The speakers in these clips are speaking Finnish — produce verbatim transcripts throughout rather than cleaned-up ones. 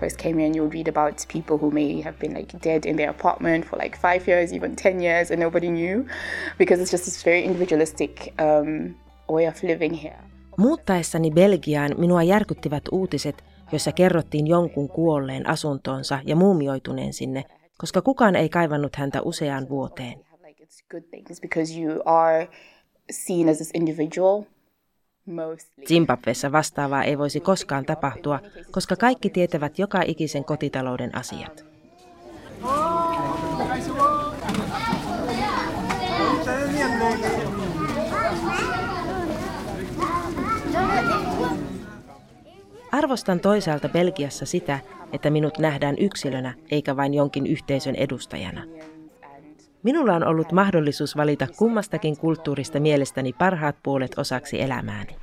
first came here, and you'll read about people who may have been like dead in their apartment for like five years, even ten years, and nobody knew, because it's just this very individualistic um, way of living here. Muuttaessani Belgiaan minua järkyttivät uutiset, joissa kerrottiin jonkun kuolleen asuntoonsa ja muumioituneen sinne, koska kukaan ei kaivannut häntä useaan vuoteen. Zimbabwessa vastaavaa ei voisi koskaan tapahtua, koska kaikki tietävät joka ikisen kotitalouden asiat. Arvostan toisaalta Belgiassa sitä, että minut nähdään yksilönä eikä vain jonkin yhteisön edustajana. Minulla on ollut mahdollisuus valita kummastakin kulttuurista mielestäni parhaat puolet osaksi elämääni.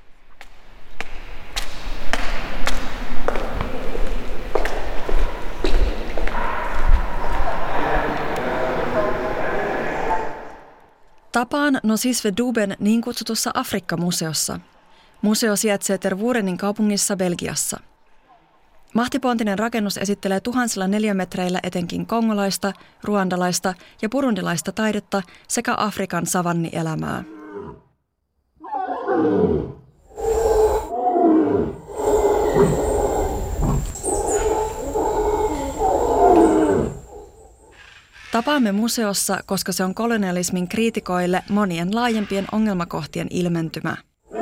Tapaan Nosisve Duben niin kutsutussa Afrikka-museossa. Museo sijaitsee Tervurenin kaupungissa Belgiassa. Mahtipontinen rakennus esittelee tuhansilla neliömetreillä etenkin kongolaista, ruandalaista ja burundilaista taidetta sekä Afrikan savannielämää. Tapaamme museossa, koska se on kolonialismin kriitikoille monien laajempien ongelmakohtien ilmentymä.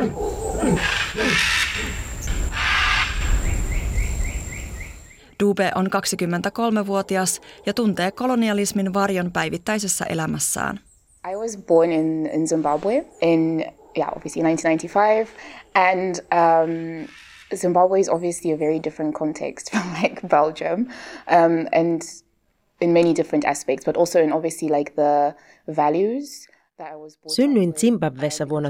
Dube on kaksikymmentäkolmevuotias ja tuntee kolonialismin varjon päivittäisessä elämässään. I was born in, in Zimbabwe in yeah, obviously nineteen ninety-five, and um, Zimbabwe is obviously a very different context from like Belgium, um, and in many different aspects, but also in obviously like the values. Synnyin Zimbabwessa vuonna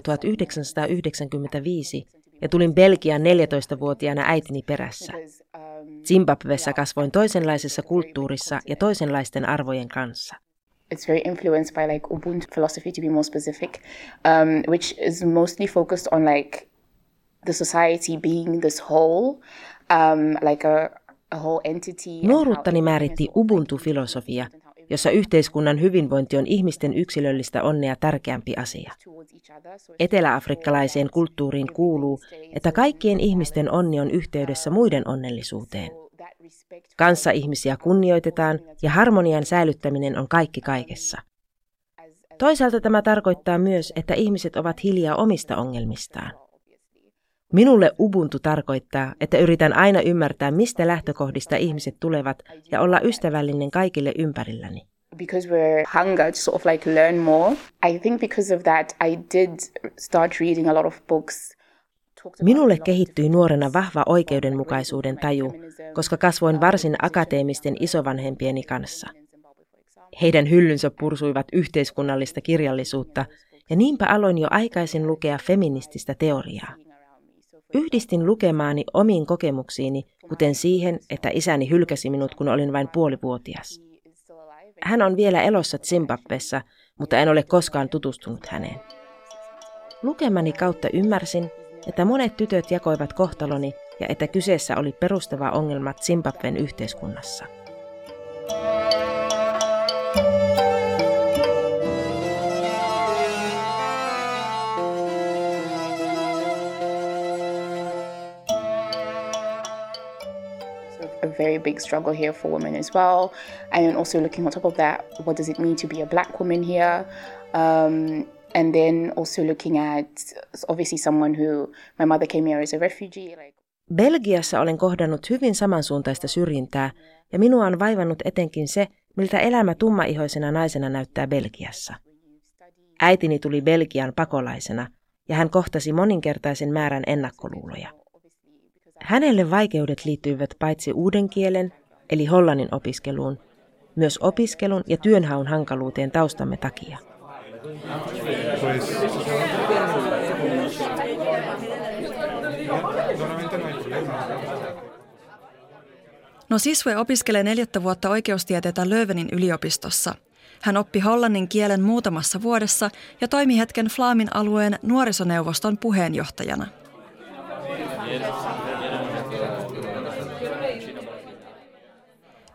tuhatyhdeksänsataayhdeksänkymmentäviisi ja tulin Belgiaan neljätoistavuotiaana äitini perässä. Zimbabwessa kasvoin toisenlaisessa kulttuurissa ja toisenlaisten arvojen kanssa. It's very influenced by like Ubuntu philosophy, to be more specific, um, which is mostly focused on like the society being this whole, um, like a, a whole entity. Nuoruuttani määritti Ubuntu-filosofia, jossa yhteiskunnan hyvinvointi on ihmisten yksilöllistä onnea tärkeämpi asia. Etelä-afrikkalaiseen kulttuuriin kuuluu, että kaikkien ihmisten onni on yhteydessä muiden onnellisuuteen. Kanssaihmisiä kunnioitetaan ja harmonian säilyttäminen on kaikki kaikessa. Toisaalta tämä tarkoittaa myös, että ihmiset ovat hiljaa omista ongelmistaan. Minulle Ubuntu tarkoittaa, että yritän aina ymmärtää, mistä lähtökohdista ihmiset tulevat ja olla ystävällinen kaikille ympärilläni. Because we're hunger to sort of like learn more. I think because of that I did start reading a lot of books. Minulle kehittyi nuorena vahva oikeudenmukaisuuden taju, koska kasvoin varsin akateemisten isovanhempieni kanssa. Heidän hyllynsä pursuivat yhteiskunnallista kirjallisuutta, ja niinpä aloin jo aikaisin lukea feminististä teoriaa. Yhdistin lukemaani omiin kokemuksiini, kuten siihen, että isäni hylkäsi minut, kun olin vain puolivuotias. Hän on vielä elossa Zimbabwessa, mutta en ole koskaan tutustunut häneen. Lukemani kautta ymmärsin, että monet tytöt jakoivat kohtaloni ja että kyseessä oli perustava ongelma Zimbabwen yhteiskunnassa. A very big struggle here for women as well, and then also looking on top of that, what does it mean to be a black woman here, um, and then also looking at obviously someone who my mother came here as a refugee. Like... Belgiassa olen kohdannut hyvin samansuuntaista syrjintää, ja minua on vaivannut etenkin se, miltä elämä tummaihoisena naisena näyttää Belgiassa. Äitini tuli Belgiaan pakolaisena, ja hän kohtasi moninkertaisen määrän ennakkoluuloja. Hänelle vaikeudet liittyivät paitsi uuden kielen, eli hollannin opiskeluun, myös opiskelun ja työnhaun hankaluuteen taustamme takia. Nosisve opiskelee neljättä vuotta oikeustieteitä Leuvenin yliopistossa. Hän oppi hollannin kielen muutamassa vuodessa ja toimi hetken Flaamin alueen nuorisoneuvoston puheenjohtajana.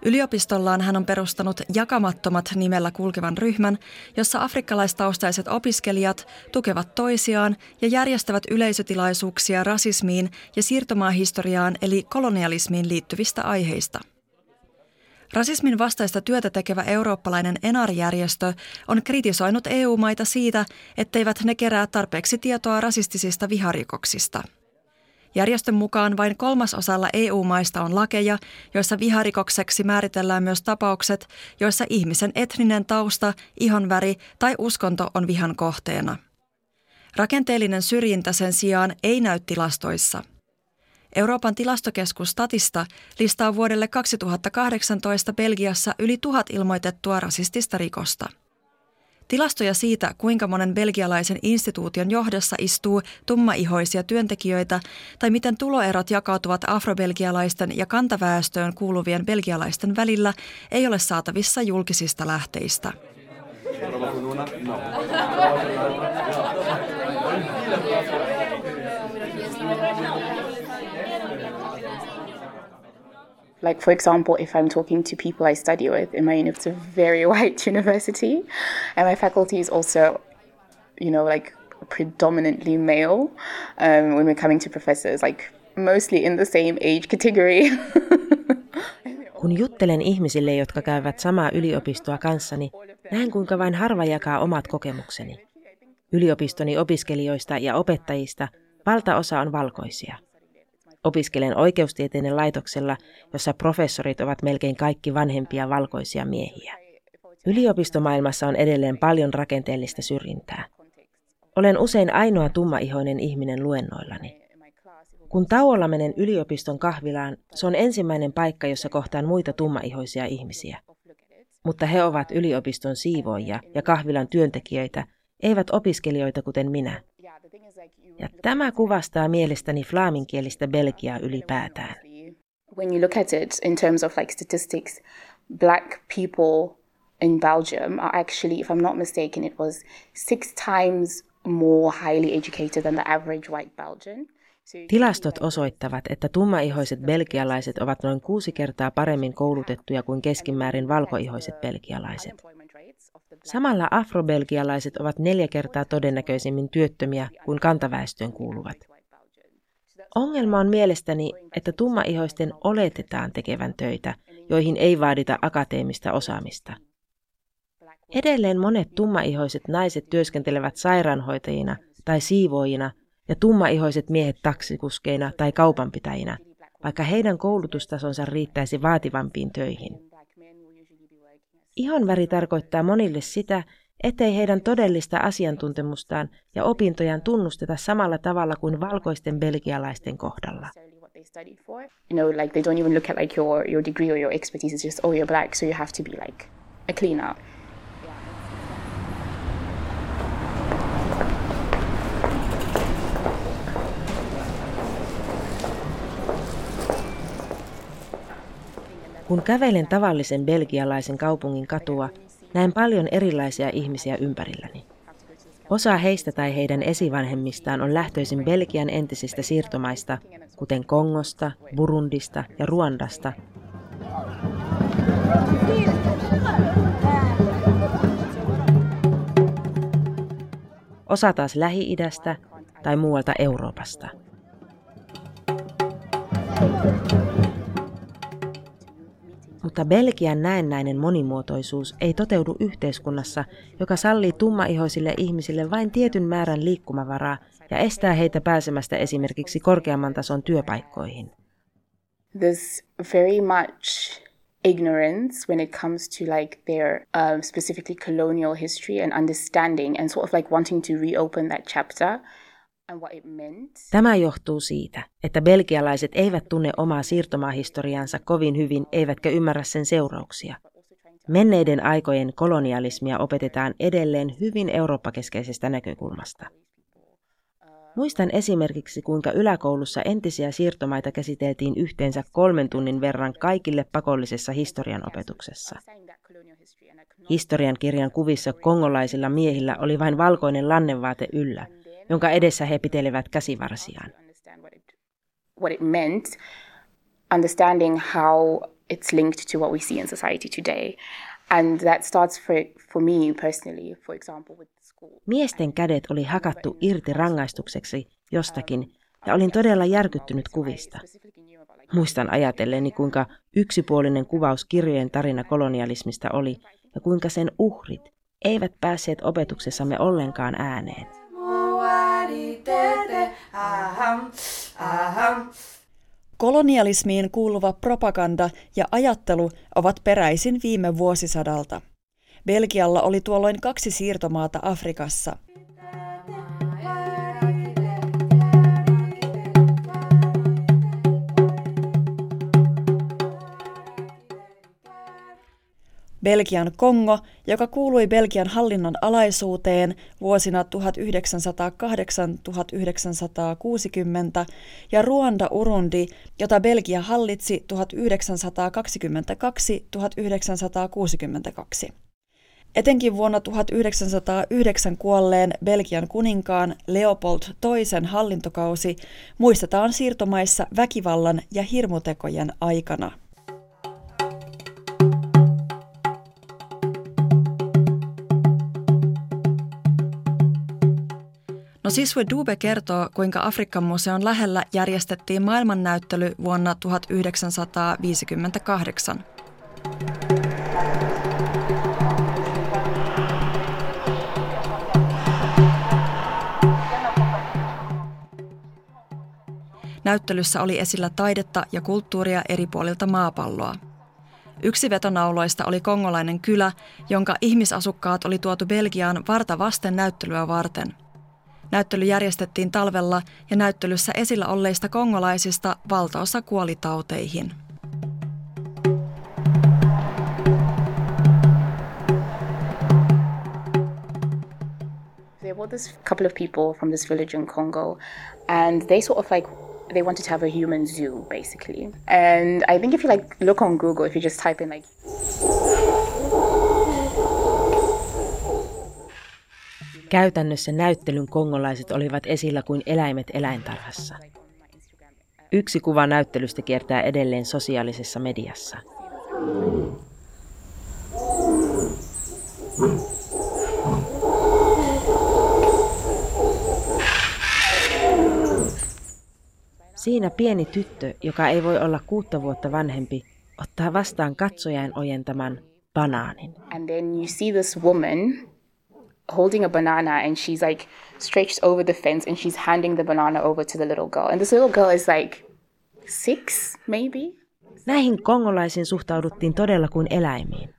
Yliopistollaan hän on perustanut Jakamattomat nimellä kulkevan ryhmän, jossa afrikkalaistaustaiset opiskelijat tukevat toisiaan ja järjestävät yleisötilaisuuksia rasismiin ja siirtomaahistoriaan eli kolonialismiin liittyvistä aiheista. Rasismin vastaista työtä tekevä eurooppalainen E N A R-järjestö on kritisoinut E U-maita siitä, etteivät ne kerää tarpeeksi tietoa rasistisista viharikoksista. Järjestön mukaan vain kolmasosalla E U-maista on lakeja, joissa viharikokseksi määritellään myös tapaukset, joissa ihmisen etninen tausta, ihonväri tai uskonto on vihan kohteena. Rakenteellinen syrjintä sen sijaan ei näy tilastoissa. Euroopan tilastokeskus Statista listaa vuodelle kaksituhattakahdeksantoista Belgiassa yli tuhat ilmoitettua rasistista rikosta. Tilastoja siitä, kuinka monen belgialaisen instituution johdossa istuu tummaihoisia työntekijöitä tai miten tuloerot jakautuvat afrobelgialaisten ja kantaväestöön kuuluvien belgialaisten välillä, ei ole saatavissa julkisista lähteistä. Like, for example, if I'm talking to people I study with in my uni, it's a very white university, and my faculty is also, you know, like predominantly male. Um, when we're coming to professors, like mostly in the same age category. Kun juttelen ihmisille, jotka käyvät samaa yliopistoa kanssani, näen kuinka vain harva jakaa omat kokemukseni. Yliopistoni opiskelijoista ja opettajista valtaosa on valkoisia. Opiskelen oikeustieteiden laitoksella, jossa professorit ovat melkein kaikki vanhempia valkoisia miehiä. Yliopistomaailmassa on edelleen paljon rakenteellista syrjintää. Olen usein ainoa tummaihoinen ihminen luennoillani. Kun tauolla menen yliopiston kahvilaan, se on ensimmäinen paikka, jossa kohtaan muita tummaihoisia ihmisiä. Mutta he ovat yliopiston siivoojia ja kahvilan työntekijöitä, eivät opiskelijoita kuten minä. Ja tämä kuvastaa mielestäni flaaminkielistä Belgiaa ylipäätään. When you look at it in terms of like statistics, black people in Belgium are actually, if I'm not mistaken, it was six times more highly educated than the average white Belgian. Tilastot osoittavat, että tummaihoiset belgialaiset ovat noin kuusi kertaa paremmin koulutettuja kuin keskimäärin valkoihoiset belgialaiset. Samalla afrobelgialaiset ovat neljä kertaa todennäköisemmin työttömiä kuin kantaväestöön kuuluvat. Ongelma on mielestäni, että tummaihoisten oletetaan tekevän töitä, joihin ei vaadita akateemista osaamista. Edelleen monet tummaihoiset naiset työskentelevät sairaanhoitajina tai siivoojina ja tummaihoiset miehet taksikuskeina tai kaupanpitäjinä, vaikka heidän koulutustasonsa riittäisi vaativampiin töihin. Ihonväri tarkoittaa monille sitä, ettei heidän todellista asiantuntemustaan ja opintojaan tunnusteta samalla tavalla kuin valkoisten belgialaisten kohdalla. You know, like they don't even look at like your your degree or your expertise. It's just, oh, you're black, so you have to be like a cleaner. Kun kävelen tavallisen belgialaisen kaupungin katua, näen paljon erilaisia ihmisiä ympärilläni. Osa heistä tai heidän esivanhemmistaan on lähtöisin Belgian entisistä siirtomaista, kuten Kongosta, Burundista ja Ruandasta. Osa taas Lähi-idästä tai muualta Euroopasta. Mutta Belgian näennäinen monimuotoisuus ei toteudu yhteiskunnassa, joka sallii tummaihoisille ihmisille vain tietyn määrän liikkumavaraa ja estää heitä pääsemästä esimerkiksi korkeamman tason työpaikkoihin. There's very much ignorance when it comes to like their um, specifically colonial history and understanding and sort of like wanting to reopen that chapter. Tämä johtuu siitä, että belgialaiset eivät tunne omaa siirtomaahistoriaansa kovin hyvin eivätkä ymmärrä sen seurauksia. Menneiden aikojen kolonialismia opetetaan edelleen hyvin eurooppakeskeisestä näkökulmasta. Muistan esimerkiksi, kuinka yläkoulussa entisiä siirtomaita käsiteltiin yhteensä kolmen tunnin verran kaikille pakollisessa historian opetuksessa. Historian kirjan kuvissa kongolaisilla miehillä oli vain valkoinen lannevaate yllä, jonka edessä he pitelevät käsivarsiaan. What it meant, understanding how it's linked to what we see in society today. And that starts for, for me personally, for example, with school. Miesten kädet oli hakattu irti rangaistukseksi jostakin, ja olin todella järkyttynyt kuvista. Muistan ajatelleeni, kuinka yksipuolinen kuvaus kirjojen tarina kolonialismista oli, ja kuinka sen uhrit eivät päässeet opetuksessamme ollenkaan ääneen. Kolonialismiin kuuluva propaganda ja ajattelu ovat peräisin viime vuosisadalta. Belgialla oli tuolloin kaksi siirtomaata Afrikassa. Belgian Kongo, joka kuului Belgian hallinnon alaisuuteen vuosina tuhatyhdeksänsataakahdeksan - tuhatyhdeksänsataakuusikymmentä, ja Ruanda-Urundi, jota Belgia hallitsi tuhatyhdeksänsataakaksikymmentäkaksi - tuhatyhdeksänsataakuusikymmentäkaksi. Etenkin vuonna tuhatyhdeksänsataayhdeksän kuolleen Belgian kuninkaan Leopold toisen hallintokausi muistetaan siirtomaissa väkivallan ja hirmutekojen aikana. No Siswe Dube kertoo, kuinka Afrikan museon lähellä järjestettiin maailmannäyttely vuonna tuhatyhdeksänsataaviisikymmentäkahdeksan. Näyttelyssä oli esillä taidetta ja kulttuuria eri puolilta maapalloa. Yksi vetonauloista oli kongolainen kylä, jonka ihmisasukkaat oli tuotu Belgiaan varta vasten näyttelyä varten. Näyttely järjestettiin talvella ja näyttelyssä esillä olleista kongolaisista valtaosa kuoli tauteihin. There were this couple of people from this village in Congo, and they sort of like they wanted to have a human zoo, basically. And I think if you like look on Google, if you just type in like Käytännössä näyttelyn kongolaiset olivat esillä kuin eläimet eläintarhassa. Yksi kuva näyttelystä kiertää edelleen sosiaalisessa mediassa. Siinä pieni tyttö, joka ei voi olla kuutta vuotta vanhempi, ottaa vastaan katsojain ojentaman banaanin. And then you see this woman holding a banana, and she's like stretched over the fence, and she's handing the banana over to the little girl. And this little girl is like six, maybe. Näihin kongolaisiin suhtauduttiin todella kuin eläimiin.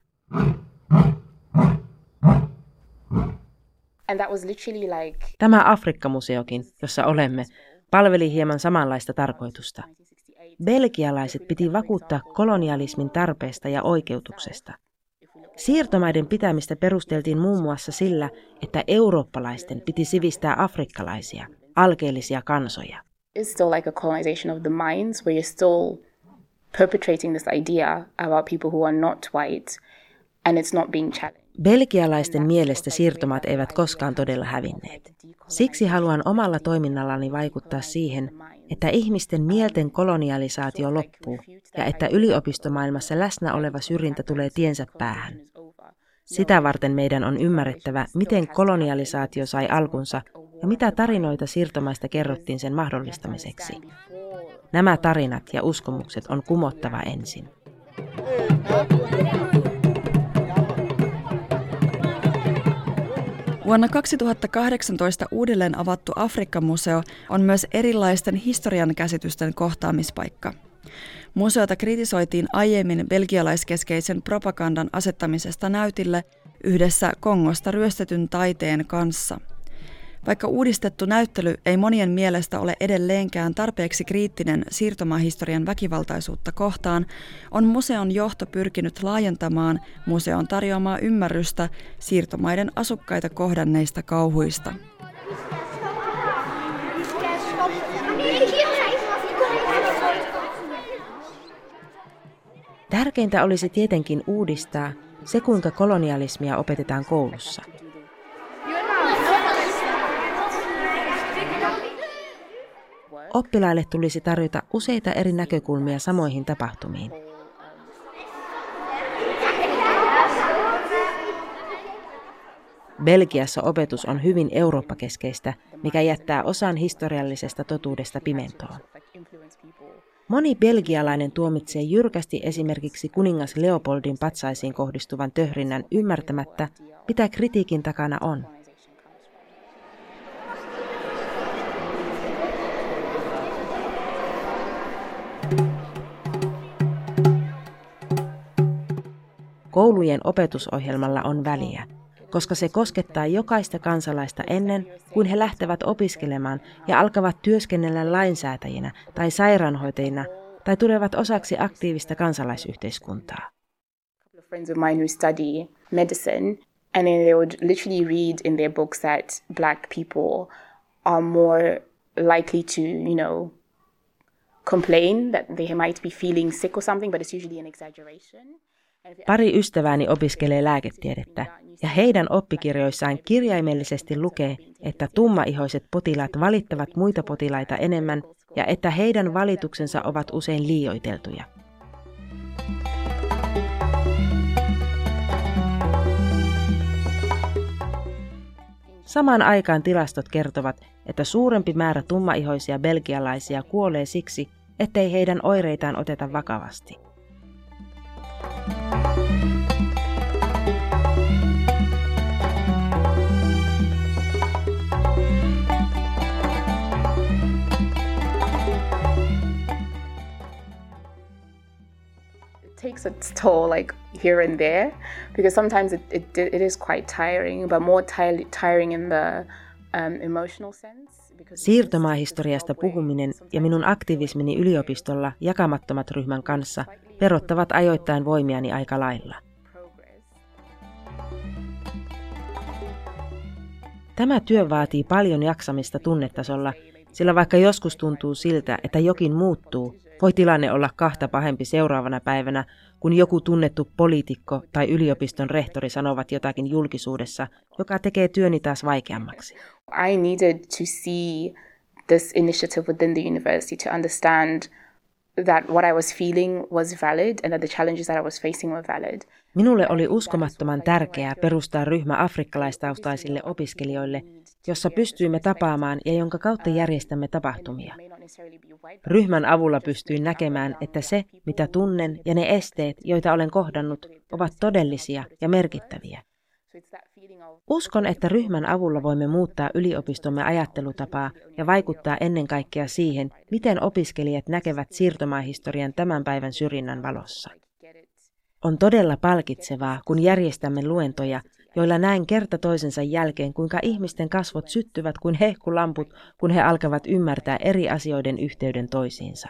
And that was literally like Tämä Afrikka-museokin, jossa olemme, palveli hieman samanlaista tarkoitusta. Belgialaiset piti vakuuttaa kolonialismin tarpeesta ja oikeutuksesta. Siirtomaiden pitämistä perusteltiin muun muassa sillä, että eurooppalaisten piti sivistää afrikkalaisia, alkeellisia kansoja. It's still like a colonization of the minds, where you're still perpetrating this idea about people who are not white, and it's not being challenged. Belgialaisten mielestä siirtomaat eivät koskaan todella hävinneet. Siksi haluan omalla toiminnallani vaikuttaa siihen, että ihmisten mielten kolonialisaatio loppuu ja että yliopistomaailmassa läsnä oleva syrjintä tulee tiensä päähän. Sitä varten meidän on ymmärrettävä, miten kolonialisaatio sai alkunsa ja mitä tarinoita siirtomaista kerrottiin sen mahdollistamiseksi. Nämä tarinat ja uskomukset on kumottava ensin. Vuonna kaksituhattakahdeksantoista uudelleen avattu Afrikka-museo on myös erilaisten historian käsitysten kohtaamispaikka. Museota kritisoitiin aiemmin belgialaiskeskeisen propagandan asettamisesta näytille yhdessä Kongosta ryöstetyn taiteen kanssa. Vaikka uudistettu näyttely ei monien mielestä ole edelleenkään tarpeeksi kriittinen siirtomaahistorian väkivaltaisuutta kohtaan, on museon johto pyrkinyt laajentamaan museon tarjoamaa ymmärrystä siirtomaiden asukkaita kohdanneista kauhuista. Tärkeintä olisi tietenkin uudistaa se, kuinka kolonialismia opetetaan koulussa. Oppilaille tulisi tarjota useita eri näkökulmia samoihin tapahtumiin. Belgiassa opetus on hyvin eurooppakeskeistä, mikä jättää osan historiallisesta totuudesta pimentoon. Moni belgialainen tuomitsee jyrkästi esimerkiksi kuningas Leopoldin patsaisiin kohdistuvan töhrinnän ymmärtämättä, mitä kritiikin takana on. Koulujen opetusohjelmalla on väliä, koska se koskettaa jokaista kansalaista ennen kuin he lähtevät opiskelemaan ja alkavat työskennellä lainsäätäjinä tai sairaanhoitajina tai tulevat osaksi aktiivista kansalaisyhteiskuntaa. Friends of mine who study medicine, and then they would literally read in their books that black people are more likely to, you know, complain that they might be feeling sick or something, but it's usually an exaggeration. Pari ystävääni opiskelee lääketiedettä, ja heidän oppikirjoissaan kirjaimellisesti lukee, että tummaihoiset potilaat valittavat muita potilaita enemmän ja että heidän valituksensa ovat usein liioiteltuja. Samaan aikaan tilastot kertovat, että suurempi määrä tummaihoisia belgialaisia kuolee siksi, ettei heidän oireitaan oteta vakavasti. Takes its toll like here and there, because sometimes it it, it is quite tiring, but more tire, tiring in the um, emotional sense. Siirtomaahistoriasta puhuminen ja minun aktivismini yliopistolla Jakamattomat ryhmän kanssa verottavat ajoittain voimiani aika lailla. Tämä työ vaatii paljon jaksamista tunnetasolla, sillä vaikka joskus tuntuu siltä, että jokin muuttuu, voi tilanne olla kahta pahempi seuraavana päivänä, kun joku tunnettu poliitikko tai yliopiston rehtori sanovat jotakin julkisuudessa, joka tekee työni taas vaikeammaksi. I needed to see this initiative within the university to understand that what I was feeling was valid and that the challenges that I was facing were valid. Minulle oli uskomattoman tärkeää perustaa ryhmä afrikkalaistaustaisille opiskelijoille, jossa pystyimme tapaamaan ja jonka kautta järjestämme tapahtumia. Ryhmän avulla pystyin näkemään, että se, mitä tunnen ja ne esteet, joita olen kohdannut, ovat todellisia ja merkittäviä. Uskon, että ryhmän avulla voimme muuttaa yliopistomme ajattelutapaa ja vaikuttaa ennen kaikkea siihen, miten opiskelijat näkevät siirtomaahistorian tämän päivän syrjinnän valossa. On todella palkitsevaa, kun järjestämme luentoja, joilla näen kerta toisensa jälkeen, kuinka ihmisten kasvot syttyvät kuin hehkulamput, kun he alkavat ymmärtää eri asioiden yhteyden toisiinsa.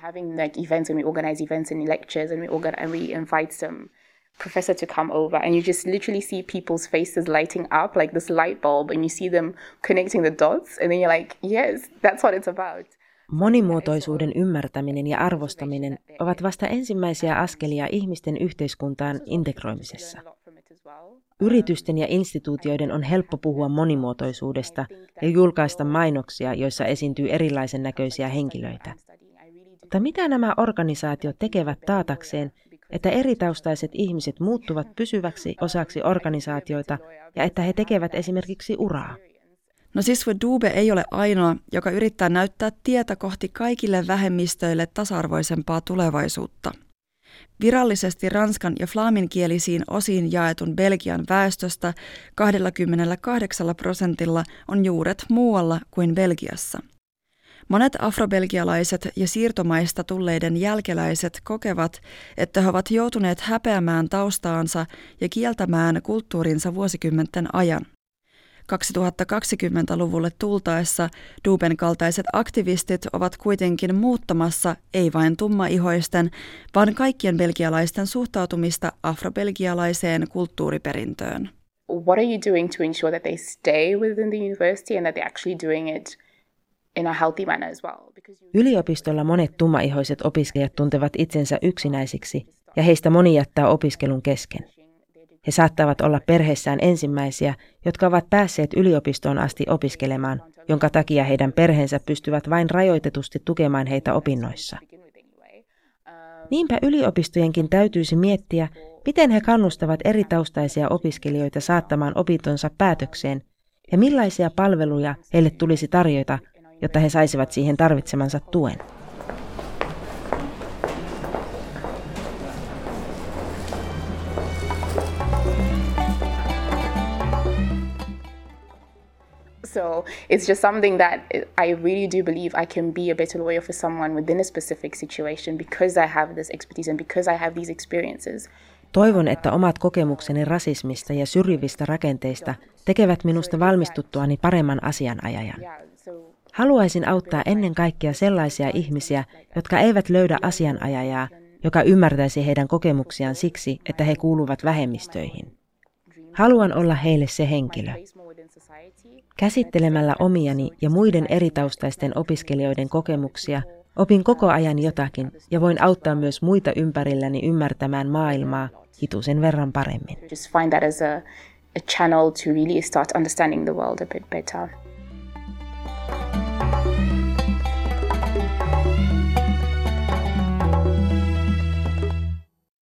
Professor to come over, and you just literally see people's faces lighting up like this light bulb, and you see them connecting the dots, and then you're like, yes, that's what it's about. Monimuotoisuuden ymmärtäminen ja arvostaminen ovat vasta ensimmäisiä askelia ihmisten yhteiskuntaan integroimisessa. Yritysten ja instituutioiden on helppo puhua monimuotoisuudesta ja julkaista mainoksia, joissa esiintyy erilaisen näköisiä henkilöitä. Mutta mitä nämä organisaatiot tekevät taatakseen, että eritaustaiset ihmiset muuttuvat pysyväksi osaksi organisaatioita ja että he tekevät esimerkiksi uraa? No Siswe Dube ei ole ainoa, joka yrittää näyttää tietä kohti kaikille vähemmistöille tasa-arvoisempaa tulevaisuutta. Virallisesti ranskan ja flaaminkielisiin osiin jaetun Belgian väestöstä kaksikymmentäkahdeksan prosentilla on juuret muualla kuin Belgiassa. Monet afrobelgialaiset ja siirtomaista tulleiden jälkeläiset kokevat, että he ovat joutuneet häpeämään taustaansa ja kieltämään kulttuurinsa vuosikymmenten ajan. kaksituhattakaksikymmentäluvulle tultaessa Duben kaltaiset aktivistit ovat kuitenkin muuttamassa ei vain tummaihoisten, vaan kaikkien belgialaisten suhtautumista afrobelgialaiseen kulttuuriperintöön. What are you doing to ensure that they stay within the university and that they're actually doing it in a healthy manner as well? Yliopistolla monet tummaihoiset opiskelijat tuntevat itsensä yksinäisiksi ja heistä moni jättää opiskelun kesken. He saattavat olla perheessään ensimmäisiä, jotka ovat päässeet yliopistoon asti opiskelemaan, jonka takia heidän perheensä pystyvät vain rajoitetusti tukemaan heitä opinnoissa. Niinpä yliopistojenkin täytyisi miettiä, miten he kannustavat eri taustaisia opiskelijoita saattamaan opintonsa päätökseen ja millaisia palveluja heille tulisi tarjota, jotta he saisivat siihen tarvitsemansa tuen. So it's just something that I really do believe I can be a better lawyer for someone within a specific situation because I have this expertise and because I have these experiences. Toivon, että omat kokemukseni rasismista ja syrjivistä rakenteista tekevät minusta valmistuttuani paremman asianajajan. Haluaisin auttaa ennen kaikkea sellaisia ihmisiä, jotka eivät löydä asianajajaa, joka ymmärtäisi heidän kokemuksiaan siksi, että he kuuluvat vähemmistöihin. Haluan olla heille se henkilö. Käsittelemällä omiani ja muiden eritaustaisten opiskelijoiden kokemuksia opin koko ajan jotakin ja voin auttaa myös muita ympärilläni ymmärtämään maailmaa hitusen verran paremmin. Just find that as a, a channel to really start understanding the world a bit better.